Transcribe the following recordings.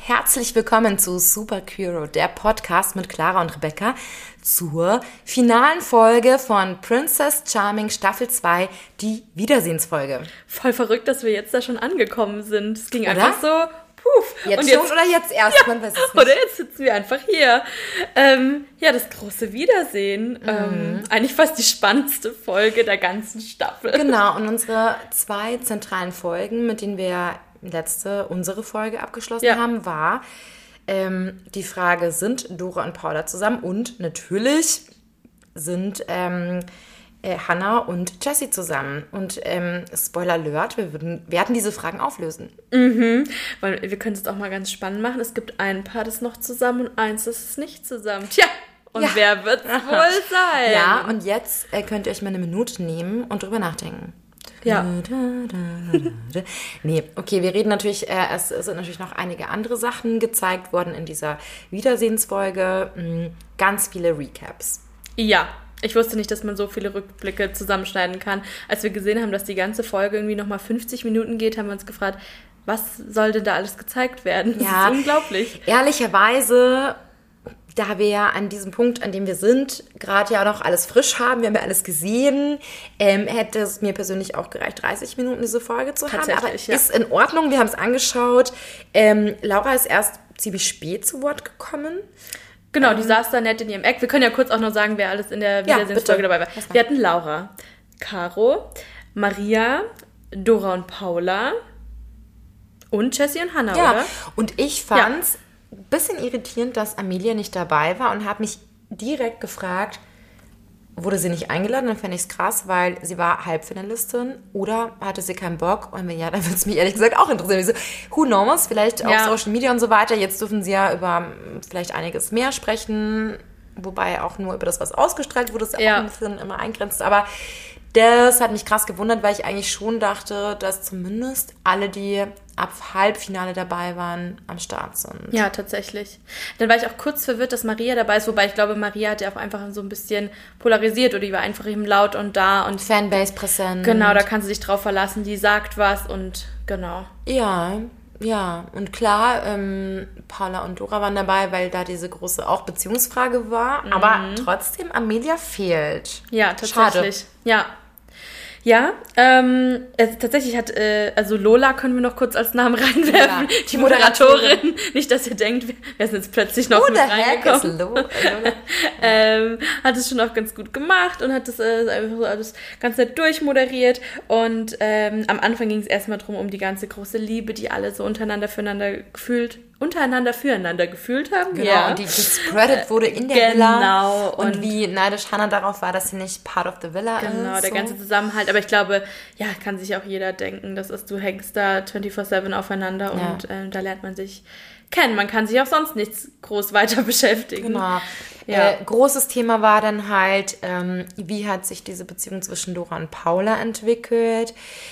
herzlich willkommen zu Super Curo, der Podcast mit Clara und Rebecca zur finalen Folge von Princess Charming Staffel 2, die Wiedersehensfolge. Voll verrückt, dass wir jetzt da schon angekommen sind. Es ging einfach so, puff. Jetzt und schon jetzt, oder jetzt erst? Ja, man weiß es nicht. Oder jetzt sitzen wir einfach hier. Das große Wiedersehen. Eigentlich fast die spannendste Folge der ganzen Staffel. Genau, und unsere 2 zentralen Folgen, mit denen wir unsere Folge abgeschlossen haben, war die Frage, sind Dora und Paula zusammen? Und natürlich sind Hannah und Jessie zusammen. Und Spoiler Alert, wir werden diese Fragen auflösen. Weil wir können es jetzt auch mal ganz spannend machen. Es gibt ein Paar, das noch zusammen und eins, das ist nicht zusammen. Tja, und wer wird es wohl sein? Ja, und jetzt könnt ihr euch mal eine Minute nehmen und drüber nachdenken. Ja. Nee, okay, wir reden natürlich, es sind natürlich noch einige andere Sachen gezeigt worden in dieser Wiedersehensfolge. Ganz viele Recaps. Ja, ich wusste nicht, dass man so viele Rückblicke zusammenschneiden kann. Als wir gesehen haben, dass die ganze Folge irgendwie nochmal 50 Minuten geht, haben wir uns gefragt, was soll denn da alles gezeigt werden? Das ist unglaublich. Ehrlicherweise, da wir ja an diesem Punkt, an dem wir sind, gerade ja noch alles frisch haben, wir haben ja alles gesehen, hätte es mir persönlich auch gereicht, 30 Minuten diese Folge zu haben. Aber ist in Ordnung, wir haben es angeschaut. Laura ist erst ziemlich spät zu Wort gekommen. Genau, die saß da nett in ihrem Eck. Wir können ja kurz auch noch sagen, wer alles in der Wiedersehensfolge dabei war. Wir hatten Laura, Caro, Maria, Dora und Paula und Jessie und Hannah, oder? Und ich fand's ein bisschen irritierend, dass Amelia nicht dabei war und habe mich direkt gefragt, wurde sie nicht eingeladen? Dann fände ich es krass, weil sie war Halbfinalistin oder hatte sie keinen Bock? Und wenn ja, dann würde es mich ehrlich gesagt auch interessieren. Ich so, who knows? Vielleicht auf Social Media und so weiter. Jetzt dürfen sie ja über vielleicht einiges mehr sprechen, wobei auch nur über das, was ausgestrahlt wurde, ist auch ein bisschen immer eingrenzt. Aber das hat mich krass gewundert, weil ich eigentlich schon dachte, dass zumindest alle, die ab Halbfinale dabei waren, am Start sind. Ja, tatsächlich. Dann war ich auch kurz verwirrt, dass Maria dabei ist, wobei ich glaube, Maria hat ja auch einfach so ein bisschen polarisiert oder die war einfach eben laut und da. Und Fanbase präsent. Genau, da kann sie sich drauf verlassen, die sagt was und genau. Ja, und klar, Paula und Dora waren dabei, weil da diese große auch Beziehungsfrage war, aber trotzdem, Amelia fehlt. Ja, tatsächlich. Schade. Ja, tatsächlich hat, Lola können wir noch kurz als Namen reinwerfen, die Moderatorin. Nicht, dass ihr denkt, wir sind jetzt plötzlich noch mit reingekommen. Lola? Hat es schon auch ganz gut gemacht und hat das einfach so alles ganz nett durchmoderiert. Und am Anfang ging es erstmal drum, um die ganze große Liebe, die alle so untereinander füreinander gefühlt haben. Genau, ja. und die gespreadet wurde in der Villa. Genau. Und wie neidisch Hannah darauf war, dass sie nicht part of the Villa ist. Genau, der ganze Zusammenhalt. Aber ich glaube, kann sich auch jeder denken, du hängst da 24/7 aufeinander und da lernt man sich kennen. Man kann sich auch sonst nichts groß weiter beschäftigen. Genau. Ja. Großes Thema war dann halt, wie hat sich diese Beziehung zwischen Dora und Paula entwickelt.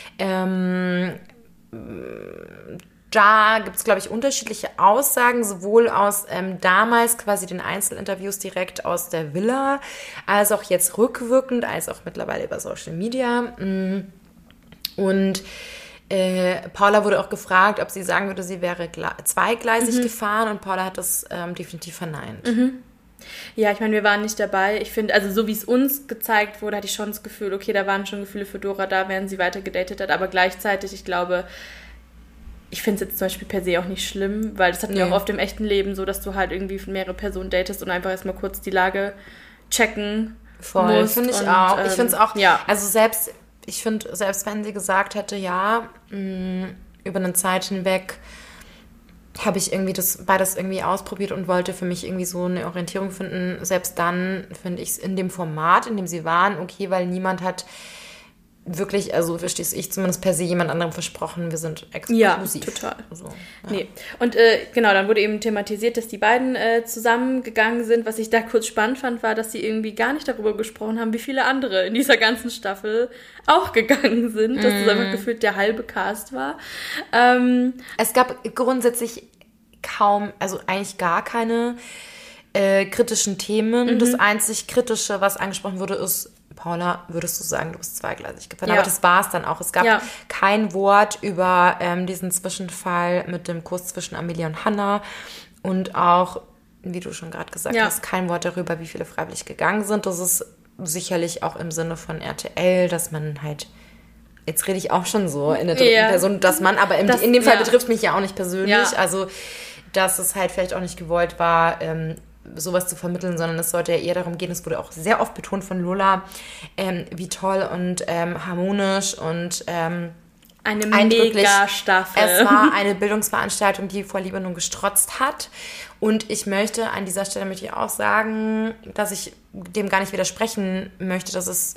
Da gibt es, glaube ich, unterschiedliche Aussagen, sowohl aus damals quasi den Einzelinterviews direkt aus der Villa, als auch jetzt rückwirkend, als auch mittlerweile über Social Media. Und Paula wurde auch gefragt, ob sie sagen würde, sie wäre zweigleisig gefahren, und Paula hat das definitiv verneint. Ja, ich meine, wir waren nicht dabei. Ich finde, also so wie es uns gezeigt wurde, hatte ich schon das Gefühl, okay, da waren schon Gefühle für Dora da, während sie weiter gedatet hat, aber gleichzeitig, ich glaube, ich finde es jetzt zum Beispiel per se auch nicht schlimm, weil das hatten wir auch oft im echten Leben so, dass du halt irgendwie mehrere Personen datest und einfach erstmal kurz die Lage checken musst. Finde ich auch. Ich finde es auch, also selbst wenn sie gesagt hätte, über eine Zeit hinweg habe ich irgendwie beides irgendwie ausprobiert und wollte für mich irgendwie so eine Orientierung finden, selbst dann finde ich es in dem Format, in dem sie waren, okay, weil niemand hat wirklich, also verstehe ich zumindest per se jemand anderem versprochen, wir sind exklusiv. Ja, total. Also, Nee. Und dann wurde eben thematisiert, dass die beiden zusammengegangen sind. Was ich da kurz spannend fand, war, dass sie irgendwie gar nicht darüber gesprochen haben, wie viele andere in dieser ganzen Staffel auch gegangen sind. Dass es einfach gefühlt der halbe Cast war. Es gab grundsätzlich kaum, also eigentlich gar keine kritischen Themen. Das einzig Kritische, was angesprochen wurde, ist Paula, würdest du sagen, du bist zweigleisig gefahren? Aber das war es dann auch. Es gab kein Wort über diesen Zwischenfall mit dem Kuss zwischen Amelia und Hannah und auch, wie du schon gerade gesagt hast, kein Wort darüber, wie viele freiwillig gegangen sind. Das ist sicherlich auch im Sinne von RTL, dass man halt, jetzt rede ich auch schon so in der dritten Person, dass man, aber in dem Fall betrifft mich ja auch nicht persönlich, also dass es halt vielleicht auch nicht gewollt war, sowas zu vermitteln, sondern es sollte ja eher darum gehen, es wurde auch sehr oft betont von Lola, wie toll und harmonisch und eine Mega-Staffel. Es war eine Bildungsveranstaltung, die vor Liebe nun gestrotzt hat. Und ich möchte an dieser Stelle mit ihr auch sagen, dass ich dem gar nicht widersprechen möchte, dass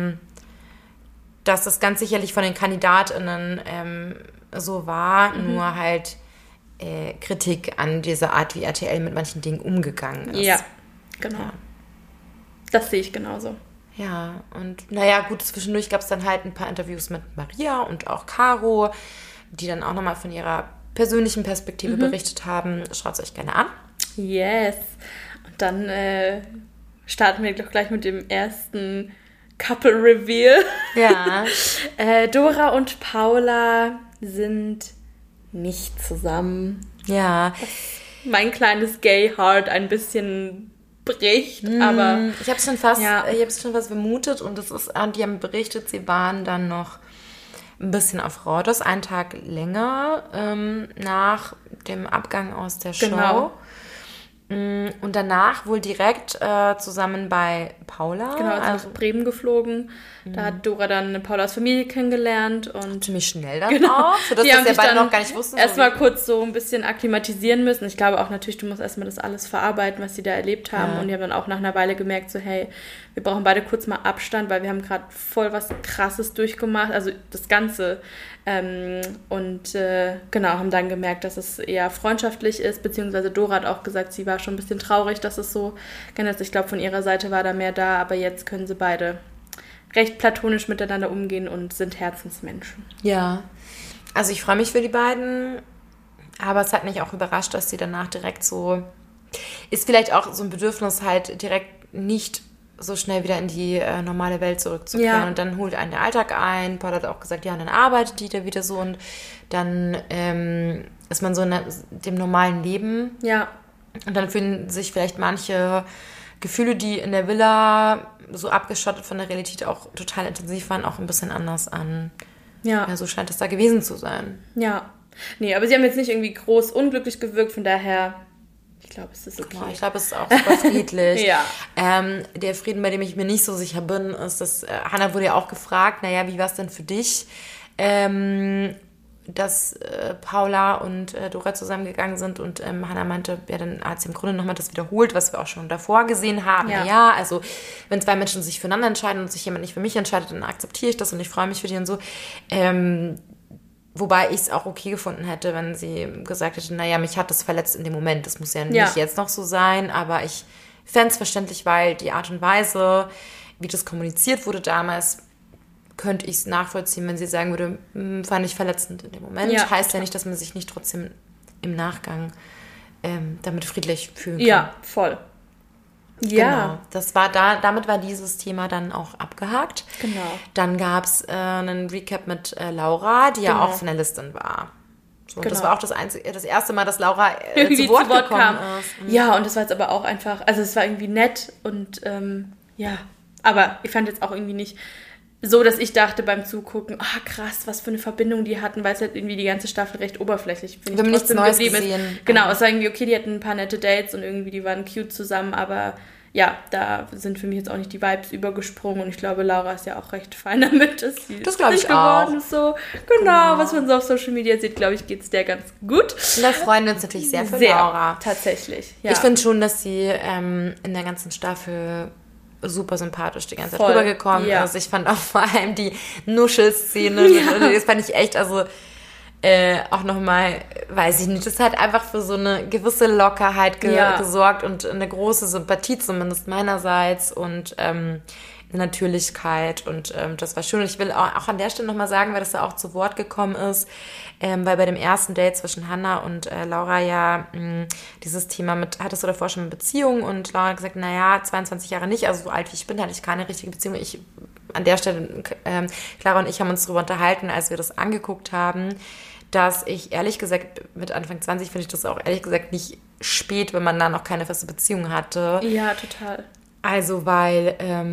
das ganz sicherlich von den KandidatInnen so war, nur halt Kritik an dieser Art, wie RTL mit manchen Dingen umgegangen ist. Ja, genau. Ja. Das sehe ich genauso. Ja, und naja, gut, zwischendurch gab es dann halt ein paar Interviews mit Maria und auch Caro, die dann auch nochmal von ihrer persönlichen Perspektive berichtet haben. Schaut es euch gerne an. Yes. Und dann starten wir doch gleich mit dem ersten Couple-Reveal. Ja. Dora und Paula sind nicht zusammen. Ja. Mein kleines Gay-Heart ein bisschen bricht, aber... Ich habe es schon fast vermutet und die haben berichtet, sie waren dann noch ein bisschen auf Rhodos, einen Tag länger nach dem Abgang aus der Show. Genau. Und danach wohl direkt zusammen bei Paula. Genau, also nach Bremen geflogen. Da hat Dora dann Paulas Familie kennengelernt. Und ziemlich schnell dann auch, sodass das ja beide noch gar nicht wussten. Erstmal kurz so ein bisschen akklimatisieren müssen. Ich glaube auch natürlich, du musst erstmal das alles verarbeiten, was sie da erlebt haben. Ja. Und die haben dann auch nach einer Weile gemerkt, so hey, wir brauchen beide kurz mal Abstand, weil wir haben gerade voll was Krasses durchgemacht. Also das Ganze. Genau, haben dann gemerkt, dass es eher freundschaftlich ist, beziehungsweise Dora hat auch gesagt, sie war schon ein bisschen traurig, dass es so ist. Ich glaube, von ihrer Seite war da mehr da, aber jetzt können sie beide recht platonisch miteinander umgehen und sind Herzensmenschen. Ja, also ich freue mich für die beiden, aber es hat mich auch überrascht, dass sie danach direkt so, ist vielleicht auch so ein Bedürfnis halt direkt nicht so schnell wieder in die normale Welt zurückzukehren. Ja. Und dann holt einen der Alltag ein. Paul hat auch gesagt, ja, und dann arbeitet die da wieder so und dann ist man so in dem normalen Leben. Ja. Und dann fühlen sich vielleicht manche Gefühle, die in der Villa so abgeschottet von der Realität auch total intensiv waren, auch ein bisschen anders an. Ja. So scheint es da gewesen zu sein. Ja. Nee, aber sie haben jetzt nicht irgendwie groß unglücklich gewirkt, von daher... Ich glaube, es ist okay. Ich glaube, es ist auch super friedlich. Ja. Der Frieden, bei dem ich mir nicht so sicher bin, ist, dass Hannah wurde ja auch gefragt, naja, wie war es denn für dich, dass Paula und Dora zusammengegangen sind und Hannah meinte, ja, dann hat sie im Grunde nochmal das wiederholt, was wir auch schon davor gesehen haben. Ja. Naja, also wenn zwei Menschen sich füreinander entscheiden und sich jemand nicht für mich entscheidet, dann akzeptiere ich das und ich freue mich für die und so. Wobei ich es auch okay gefunden hätte, wenn sie gesagt hätte, naja, mich hat das verletzt in dem Moment. Das muss ja nicht jetzt noch so sein, aber ich fände es verständlich, weil die Art und Weise, wie das kommuniziert wurde damals, könnte ich es nachvollziehen, wenn sie sagen würde, fand ich verletzend in dem Moment. Ja. Heißt ja nicht, dass man sich nicht trotzdem im Nachgang damit friedlich fühlen kann. Ja, voll. Ja. Genau. Damit war dieses Thema dann auch abgehakt. Genau. Dann gab es einen Recap mit Laura, die ja auch Finalistin war. So, genau. Das war auch das erste Mal, dass Laura zu Wort gekommen ist. Ja, und das war jetzt aber auch einfach, also es war irgendwie nett und aber ich fand jetzt auch irgendwie nicht so, dass ich dachte beim Zugucken, krass, was für eine Verbindung die hatten, weil es halt irgendwie die ganze Staffel recht oberflächlich, finde ich, wir haben nichts Neues gesehen. Genau, es war irgendwie okay, die hatten ein paar nette Dates und irgendwie die waren cute zusammen, aber ja, da sind für mich jetzt auch nicht die Vibes übergesprungen und ich glaube, Laura ist ja auch recht fein damit, dass sie das glaube ich auch. Geworden ist. So. Genau, was man so auf Social Media sieht, glaube ich, geht es der ganz gut. Und da freuen wir uns natürlich sehr für Laura. Tatsächlich, ja. Ich finde schon, dass sie in der ganzen Staffel super sympathisch die ganze Zeit rübergekommen ist. Ich fand auch vor allem die Nuschelszene, das fand ich echt, also auch nochmal, weiß ich nicht, das hat einfach für so eine gewisse Lockerheit gesorgt und eine große Sympathie zumindest meinerseits und eine Natürlichkeit und das war schön. Und ich will auch an der Stelle nochmal sagen, weil das da auch zu Wort gekommen ist, weil bei dem ersten Date zwischen Hannah und Laura ja dieses Thema mit, hattest du davor schon eine Beziehung? Und Laura hat gesagt, 22 Jahre nicht, also so alt wie ich bin, hatte ich keine richtige Beziehung. An der Stelle, Clara und ich haben uns darüber unterhalten, als wir das angeguckt haben, dass ich ehrlich gesagt, mit Anfang 20 finde ich das auch ehrlich gesagt nicht spät, wenn man da noch keine feste Beziehung hatte. Ja, total. Also, weil,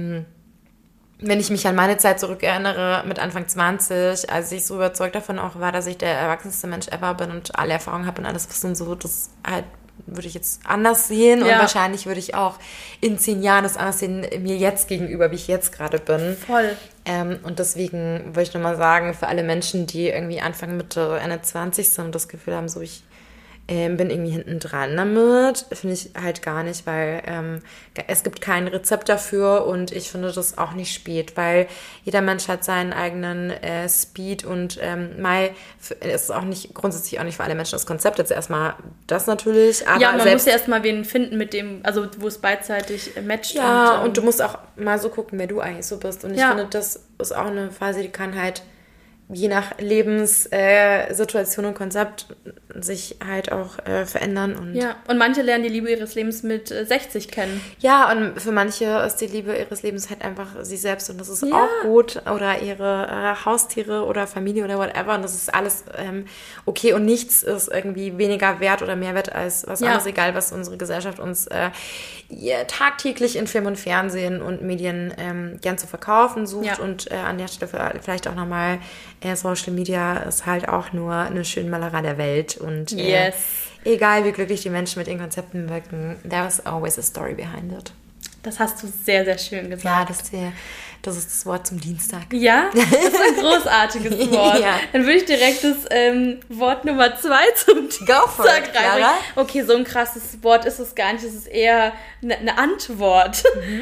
wenn ich mich an meine Zeit zurückerinnere, mit Anfang 20, als ich so überzeugt davon auch war, dass ich der erwachsenste Mensch ever bin und alle Erfahrungen habe und alles Wissen und so, das halt würde ich jetzt anders sehen und wahrscheinlich würde ich auch in 10 Jahren das anders sehen, mir jetzt gegenüber, wie ich jetzt gerade bin. Voll. Und deswegen würde ich nochmal sagen, für alle Menschen, die irgendwie Anfang, Mitte, Ende 20 sind und das Gefühl haben, so ich bin irgendwie hinten dran damit, finde ich halt gar nicht, weil es gibt kein Rezept dafür und ich finde das auch nicht spät, weil jeder Mensch hat seinen eigenen Speed und ist auch nicht, grundsätzlich auch nicht für alle Menschen das Konzept, jetzt erstmal das natürlich, aber man muss ja erstmal wen finden, mit dem, also wo es beidseitig matcht. Ja, und du musst auch mal so gucken, wer du eigentlich so bist und ich finde, das ist auch eine Phase, die kann halt je nach Lebenssituation und Konzept sich halt auch verändern. Und manche lernen die Liebe ihres Lebens mit 60 kennen. Ja, und für manche ist die Liebe ihres Lebens halt einfach sie selbst und das ist auch gut. Oder ihre Haustiere oder Familie oder whatever und das ist alles okay und nichts ist irgendwie weniger wert oder mehr wert als was anderes, egal was unsere Gesellschaft uns tagtäglich in Film und Fernsehen und Medien gern zu verkaufen sucht und an der Stelle vielleicht auch nochmal Social Media ist halt auch nur eine schöne Malerei der Welt und egal wie glücklich die Menschen mit ihren Konzepten wirken, there is always a story behind it. Das hast du sehr, sehr schön gesagt. Ja, das ist das Wort zum Dienstag. Ja, das ist ein großartiges Wort. Dann würde ich direkt das Wort Nummer 2 zum Dienstag reinbringen. Okay, so ein krasses Wort ist es gar nicht. Es ist eher eine Antwort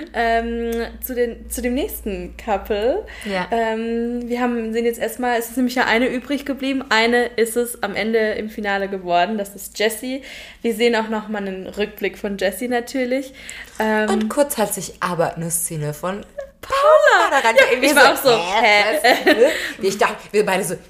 zu dem nächsten Couple. Ja. Sehen jetzt erstmal, es ist nämlich ja eine übrig geblieben. Eine ist es am Ende im Finale geworden. Das ist Jessie. Wir sehen auch nochmal einen Rückblick von Jessie natürlich. Und kurz hat sich aber eine Szene von Paula da rein. Ich war auch so, ich dachte, wir beide so,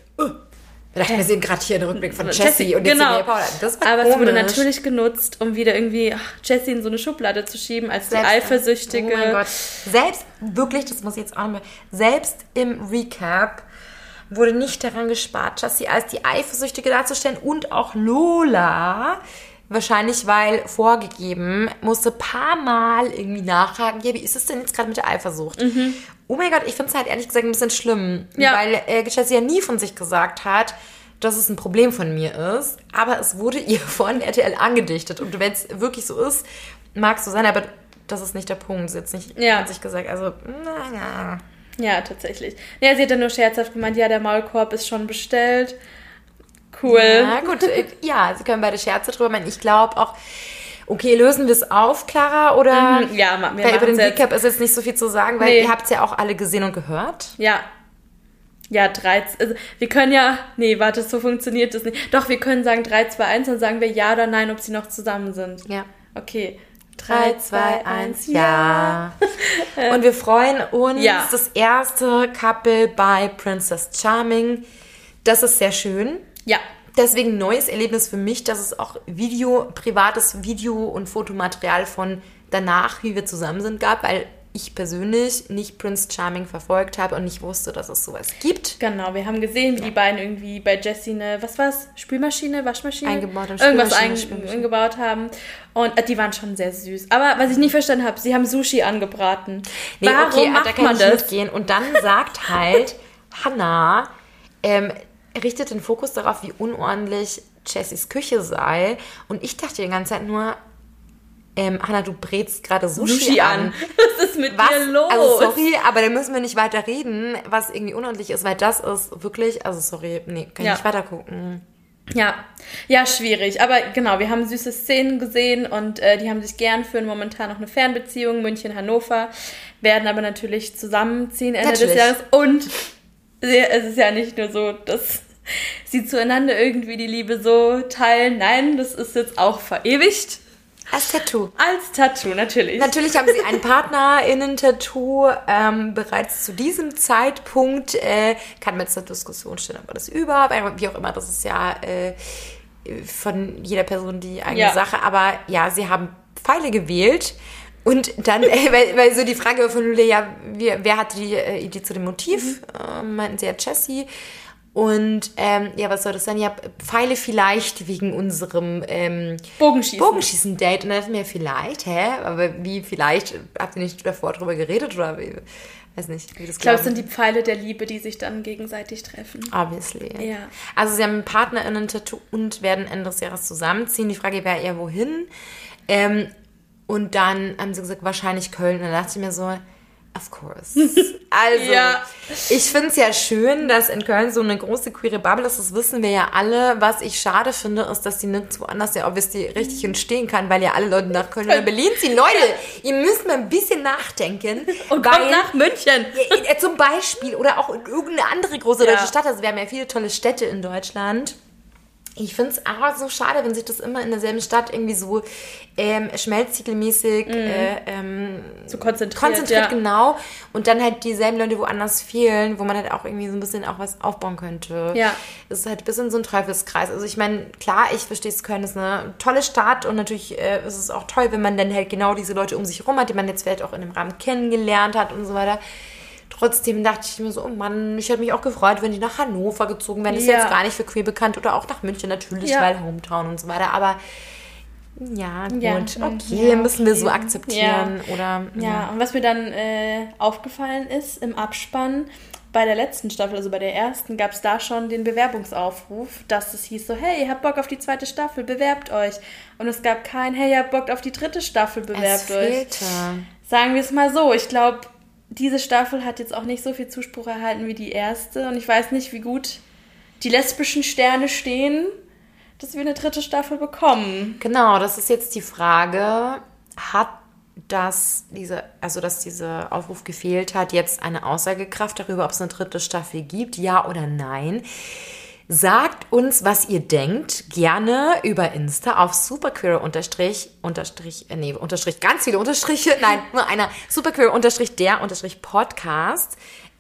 wir sehen gerade hier einen Rückblick von Jessie und jetzt sehen wir Paula. Das war aber komisch. es wurde natürlich genutzt, um wieder irgendwie Jessie in so eine Schublade zu schieben, als die Eifersüchtige. Oh mein Gott. Selbst, wirklich, das muss ich jetzt auch noch mal, selbst im Recap wurde nicht daran gespart, Jessie als die Eifersüchtige darzustellen und auch Lola. Wahrscheinlich, weil vorgegeben, musste ein paar Mal irgendwie nachhaken, ja, wie ist es denn jetzt gerade mit der Eifersucht? Oh mein Gott, ich finde es halt ehrlich gesagt ein bisschen schlimm, weil Jessie ja nie von sich gesagt hat, dass es ein Problem von mir ist, aber es wurde ihr von RTL angedichtet und wenn es wirklich so ist, mag es so sein, aber das ist nicht der Punkt, sie hat es nicht von sich gesagt, also, naja. Ja, tatsächlich. Ja, sie hat dann nur scherzhaft gemeint, ja, der Maulkorb ist schon bestellt. Cool. Ja, gut. Ja, sie können beide Scherze drüber machen. Ich glaube auch, okay, lösen wir es auf, Clara? Oder? Ja, weil über den Recap ist jetzt nicht so viel zu sagen, weil ihr habt es ja auch alle gesehen und gehört. Ja. Ja, 13. Also wir können ja. Nee, warte, so funktioniert das nicht. Doch, wir können sagen 3, 2, 1, dann sagen wir ja oder nein, ob sie noch zusammen sind. Ja. Okay. 3, 2, 1, ja. Und wir freuen uns. Das erste Couple bei Princess Charming. Das ist sehr schön. Ja. Deswegen neues Erlebnis für mich, dass es auch privates Video- und Fotomaterial von danach, wie wir zusammen sind, gab, weil ich persönlich nicht Prince Charming verfolgt habe und nicht wusste, dass es sowas gibt. Genau, wir haben gesehen, wie die beiden irgendwie bei Jessie eine, was war's? Spülmaschine, Waschmaschine? Irgendwas eingebaut haben. Und die waren schon sehr süß. Aber was ich nicht verstanden habe, sie haben Sushi angebraten. Nee, warum macht da kann man ich mitgehen. Und dann sagt halt Hannah, richtet den Fokus darauf, wie unordentlich Jessies Küche sei. Und ich dachte die ganze Zeit nur, Hannah, du brätst gerade Sushi an. Was ist mit dir los? Also sorry, aber da müssen wir nicht weiter reden, was irgendwie unordentlich ist, weil das ist wirklich, also sorry, nee, kann ich nicht weiter gucken. Ja, schwierig. Aber genau, wir haben süße Szenen gesehen und die haben sich gern für momentan noch eine Fernbeziehung, München, Hannover, werden aber natürlich zusammenziehen Ende des Jahres. Und es ist ja nicht nur so, dass sie zueinander irgendwie die Liebe so teilen. Nein, das ist jetzt auch verewigt. Als Tattoo. Als Tattoo, natürlich. Natürlich haben sie ein PartnerInnen-Tattoo. Bereits zu diesem Zeitpunkt kann man jetzt zur Diskussion stellen, ob man das überhaupt, wie auch immer, das ist ja von jeder Person die eigene Sache. Aber ja, sie haben Pfeile gewählt. Und dann, weil so die Frage von Julia, wer hatte die Idee zu dem Motiv? Meinten sie ja Jessie. Und was soll das sein? Ja, Pfeile vielleicht wegen unserem Bogenschießen-Date. Und dann dachten wir, vielleicht, aber wie vielleicht? Habt ihr nicht davor drüber geredet? Oder wie? Weiß nicht, wie das Ich glaube, es sind die Pfeile der Liebe, die sich dann gegenseitig treffen. Obviously. Ja. Also sie haben ein PartnerInnen-Tattoo und werden Ende des Jahres zusammenziehen. Die Frage wäre eher, wohin? Und dann haben sie gesagt, wahrscheinlich Köln. Und dann dachte ich mir so, of course. Also, ich finde es ja schön, dass in Köln so eine große queere Bubble ist. Das wissen wir ja alle. Was ich schade finde, ist, dass die nirgendwo anders ja obviously richtig entstehen kann, weil ja alle Leute nach Köln oder Berlin ziehen. Leute, ihr müsst mal ein bisschen nachdenken. Und kommt nach München. Zum Beispiel. Oder auch in irgendeine andere große deutsche Stadt. Also wir haben ja viele tolle Städte in Deutschland. Ich finde es aber so schade, wenn sich das immer in derselben Stadt irgendwie so schmelztiegelmäßig so konzentriert, genau. Und dann halt dieselben Leute woanders fehlen, wo man halt auch irgendwie so ein bisschen auch was aufbauen könnte. Ja. Das ist halt ein bisschen so ein Teufelskreis. Also ich meine, klar, ich verstehe es, Köln ist eine tolle Stadt und natürlich ist es auch toll, wenn man dann halt genau diese Leute um sich herum hat, die man jetzt vielleicht auch in dem Rahmen kennengelernt hat und so weiter. Trotzdem dachte ich mir so, oh Mann, ich hätte mich auch gefreut, wenn die nach Hannover gezogen wären. Das ist jetzt gar nicht für queer bekannt. Oder auch nach München natürlich, weil Hometown und so weiter. Aber ja, gut, okay, müssen wir so akzeptieren. Ja. Oder, ja, und was mir dann aufgefallen ist, im Abspann, bei der letzten Staffel, also bei der ersten, gab es da schon den Bewerbungsaufruf, dass es hieß so, hey, ihr habt Bock auf die 2. Staffel, bewerbt euch. Und es gab kein, hey, ihr habt Bock auf die 3. Staffel, bewerbt euch. Sagen wir es mal so, ich glaube, diese Staffel hat jetzt auch nicht so viel Zuspruch erhalten wie die erste. Und ich weiß nicht, wie gut die lesbischen Sterne stehen, dass wir eine 3. Staffel bekommen. Genau, das ist jetzt die Frage. Dass dieser Aufruf gefehlt hat, jetzt eine Aussagekraft darüber, ob es eine 3. Staffel gibt, ja oder nein? Sagt uns, was ihr denkt, gerne über Insta auf superqueer ganz viele Unterstriche, nein, nur einer, superqueer_der_Podcast.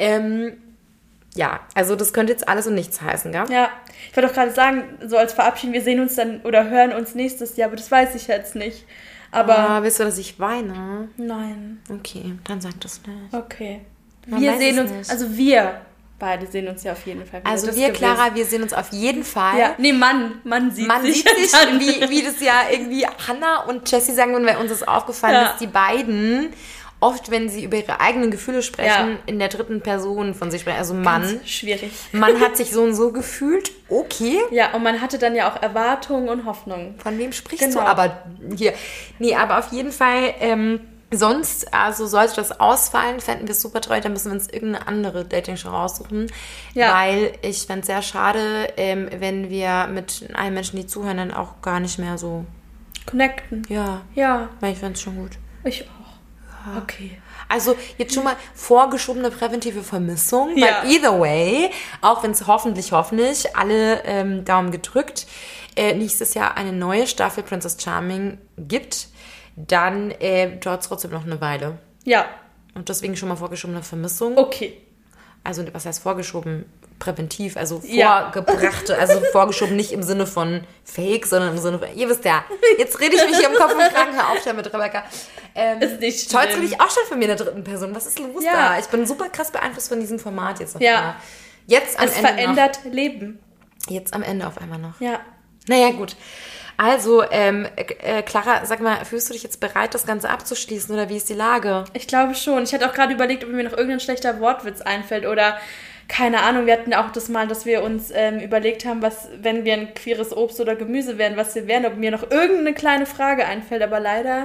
Ja, also das könnte jetzt alles und nichts heißen, gell? Ja, ich wollte doch gerade sagen, so als Verabschieden, wir sehen uns dann oder hören uns nächstes Jahr, aber das weiß ich jetzt nicht. Aber willst du, dass ich weine? Nein. Okay, dann sag das nicht. Okay. Wir sehen uns, nicht. Also wir beide sehen uns ja auf jeden Fall wieder. Also wir, Clara, wir sehen uns auf jeden Fall. Ja. Nee, man sieht sich, wie das ja irgendwie Hannah und Jessie sagen würden, weil uns ist aufgefallen, dass die beiden oft, wenn sie über ihre eigenen Gefühle sprechen, in der 3. Person von sich sprechen. Also Mann. Ganz schwierig. Man hat sich so und so gefühlt. Okay. Ja, und man hatte dann ja auch Erwartungen und Hoffnungen. Von wem sprichst du aber hier? Nee, aber auf jeden Fall, sonst, also sollte das ausfallen, fänden wir es super treu, dann müssen wir uns irgendeine andere Dating-Show raussuchen. Ja. Weil ich fände es sehr schade, wenn wir mit allen Menschen, die zuhören, dann auch gar nicht mehr so connecten. Ja. Ja. Weil ich fände es schon gut. Ich auch. Okay. Also jetzt schon mal vorgeschobene präventive Vermissung, weil either way, auch wenn es hoffentlich alle Daumen gedrückt, nächstes Jahr eine neue Staffel Princess Charming gibt, dann dauert es trotzdem noch eine Weile. Ja. Und deswegen schon mal vorgeschobene Vermissung. Okay. Also was heißt vorgeschoben? Präventiv, also vorgebrachte, also vorgeschoben nicht im Sinne von Fake, sondern im Sinne von, ihr wisst ja, jetzt rede ich mich hier im Kopf und Kragen, hör auf damit, Rebecca. Ist nicht schlimm. Stolz rede ich auch schon von mir in der 3. Person, was ist los da? Ich bin super krass beeinflusst von diesem Format jetzt noch. Ja. Jetzt am Ende verändert noch. Leben. Jetzt am Ende auf einmal noch. Ja. Naja, gut. Also, Clara, sag mal, fühlst du dich jetzt bereit, das Ganze abzuschließen oder wie ist die Lage? Ich glaube schon. Ich hatte auch gerade überlegt, ob mir noch irgendein schlechter Wortwitz einfällt oder keine Ahnung, wir hatten auch das mal, dass wir uns überlegt haben, was, wenn wir ein queeres Obst oder Gemüse wären, was wir wären, ob mir noch irgendeine kleine Frage einfällt, aber leider,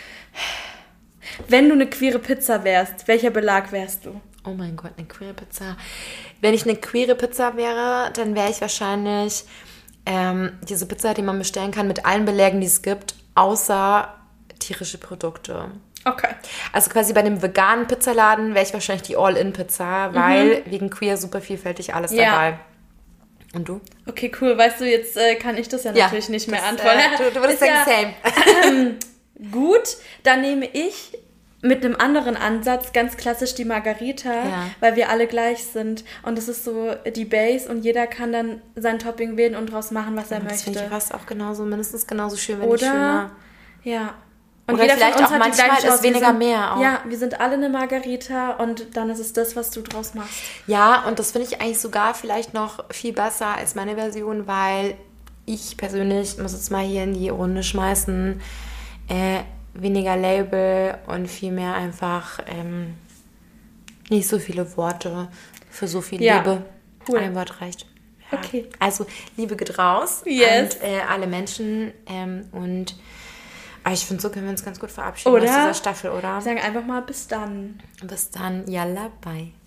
wenn du eine queere Pizza wärst, welcher Belag wärst du? Oh mein Gott, eine queere Pizza. Wenn ich eine queere Pizza wäre, dann wäre ich wahrscheinlich diese Pizza, die man bestellen kann mit allen Belägen, die es gibt, außer tierische Produkte. Okay. Also quasi bei einem veganen Pizzaladen wäre ich wahrscheinlich die All-In-Pizza, weil wegen queer super vielfältig alles dabei. Und du? Okay, cool. Weißt du, jetzt kann ich das ja natürlich nicht mehr antworten. Du würdest sagen, same. Gut, dann nehme ich mit einem anderen Ansatz ganz klassisch die Margarita, weil wir alle gleich sind. Und das ist so die Base und jeder kann dann sein Topping wählen und draus machen, was er möchte. Das finde ich fast auch genauso, mindestens genauso schön, wenn nicht schöner. Ja. Und oder jeder vielleicht von uns auch hat manchmal ist weniger mehr auch. Ja, wir sind alle eine Margarita und dann ist es das, was du draus machst. Ja, und das finde ich eigentlich sogar vielleicht noch viel besser als meine Version, weil ich persönlich, muss jetzt mal hier in die Runde schmeißen, weniger Label und viel mehr einfach nicht so viele Worte für so viel Liebe. Cool. Ein Wort reicht. Ja. Okay. Also Liebe geht raus an alle Menschen und ich finde, so können wir uns ganz gut verabschieden aus dieser Staffel, oder? Wir sagen einfach mal bis dann. Bis dann. Yalla, bye.